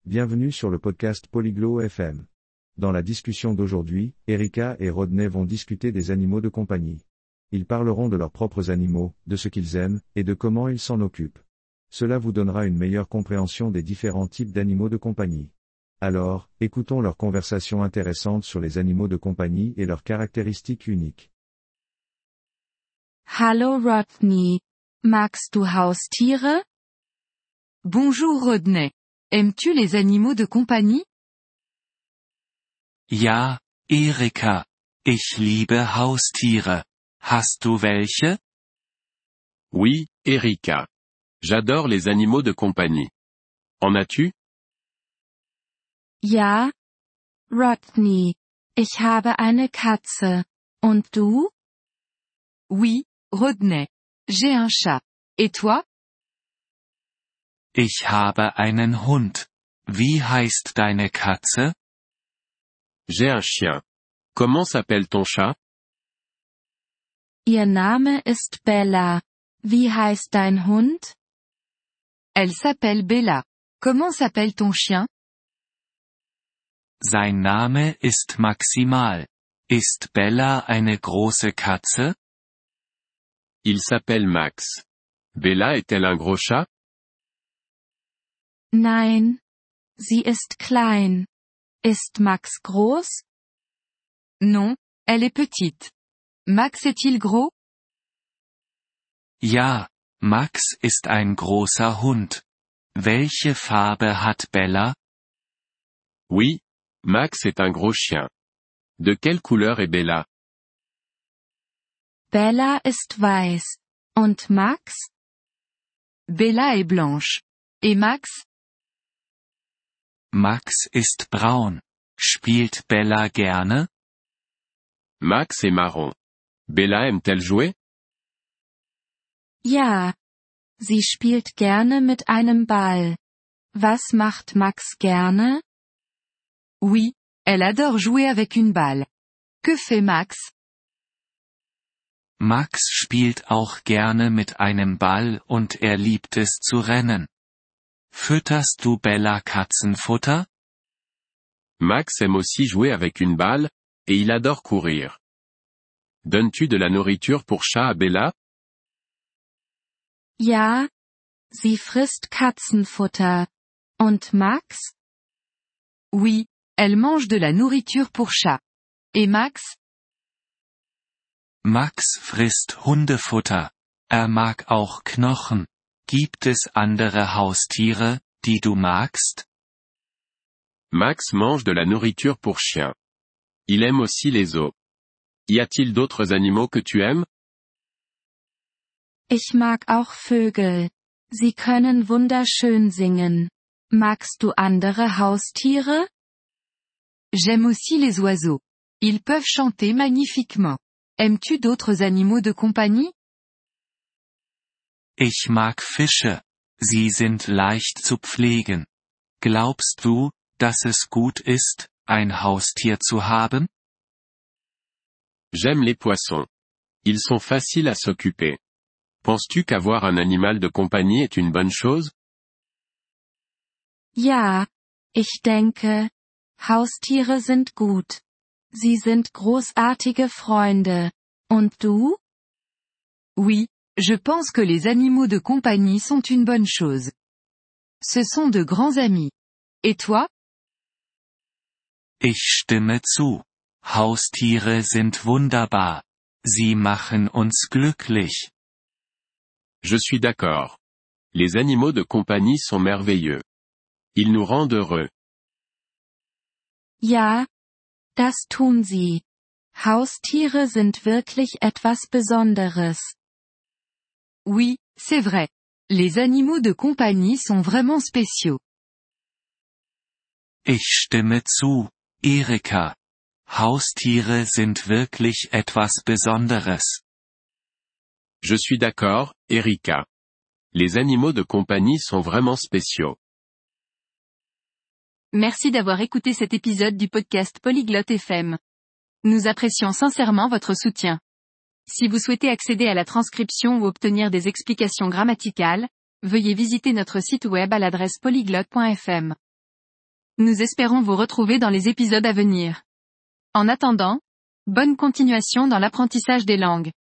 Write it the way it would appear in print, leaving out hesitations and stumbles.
Bienvenue sur le podcast Polyglot FM. Dans la discussion d'aujourd'hui, Erika et Rodney vont discuter des animaux de compagnie. Ils parleront de leurs propres animaux, de ce qu'ils aiment, et de comment ils s'en occupent. Cela vous donnera une meilleure compréhension des différents types d'animaux de compagnie. Alors, écoutons leur conversation intéressante sur les animaux de compagnie et leurs caractéristiques uniques. Hallo Rodney. Magst du Haustiere? Bonjour Rodney. Aimes-tu les animaux de compagnie? Ja, Erika. Ich liebe Haustiere. Hast du welche? Oui, Erika. J'adore les animaux de compagnie. En as-tu? Ja. Rodney. Ich habe eine Katze. Und du? Oui, Rodney. J'ai un chat. Et toi? Ich habe einen Hund. Wie heißt deine Katze? J'ai un chien. Comment s'appelle ton chat? Ihr Name ist Bella. Wie heißt dein Hund? Elle s'appelle Bella. Comment s'appelle ton chien? Sein Name ist Maximal. Ist Bella eine große Katze? Il s'appelle Max. Bella est-elle un gros chat? Nein. Sie ist klein. Ist Max groß? Non, elle est petite. Max est-il gros? Ja, Max ist ein großer Hund. Welche Farbe hat Bella? Oui, Max est un gros chien. De quelle couleur est Bella? Bella ist weiß. Und Max? Bella est blanche. Et Max? Max ist braun. Spielt Bella gerne? Max est marron. Bella aime-t-elle jouer? Ja. Sie spielt gerne mit einem Ball. Was macht Max gerne? Oui, elle adore jouer avec une balle. Que fait Max? Max spielt auch gerne mit einem Ball und er liebt es zu rennen. Fütterst du Bella Katzenfutter? Max aime aussi jouer avec une balle, et il adore courir. Donnes-tu de la nourriture pour chat à Bella? Ja. Sie frisst Katzenfutter. Und Max? Oui, elle mange de la nourriture pour chat. Et Max? Max frisst Hundefutter. Er mag auch Knochen. Gibt es andere Haustiere, die du magst? Max mange de la nourriture pour chien. Il aime aussi les os. Y a-t-il d'autres animaux que tu aimes? Ich mag auch Vögel. Sie können wunderschön singen. Magst du andere Haustiere? J'aime aussi les oiseaux. Ils peuvent chanter magnifiquement. Aimes-tu d'autres animaux de compagnie? Ich mag Fische. Sie sind leicht zu pflegen. Glaubst du, dass es gut ist, ein Haustier zu haben? J'aime les poissons. Ils sont faciles à s'occuper. Penses-tu qu'avoir un animal de compagnie est une bonne chose? Ja. Ich denke. Haustiere sind gut. Sie sind großartige Freunde. Und du? Oui, je pense que les animaux de compagnie sont une bonne chose. Ce sont de grands amis. Et toi? Ich stimme zu. Haustiere sind wunderbar. Sie machen uns glücklich. Je suis d'accord. Les animaux de compagnie sont merveilleux. Ils nous rendent heureux. Ja. Das tun sie. Haustiere sind wirklich etwas Besonderes. Oui, c'est vrai. Les animaux de compagnie sont vraiment spéciaux. Ich stimme zu, Erika. Haustiere sind wirklich etwas Besonderes. Je suis d'accord, Erika. Les animaux de compagnie sont vraiment spéciaux. Merci d'avoir écouté cet épisode du podcast Polyglotte FM. Nous apprécions sincèrement votre soutien. Si vous souhaitez accéder à la transcription ou obtenir des explications grammaticales, veuillez visiter notre site web à l'adresse polyglotte.fm. Nous espérons vous retrouver dans les épisodes à venir. En attendant, bonne continuation dans l'apprentissage des langues.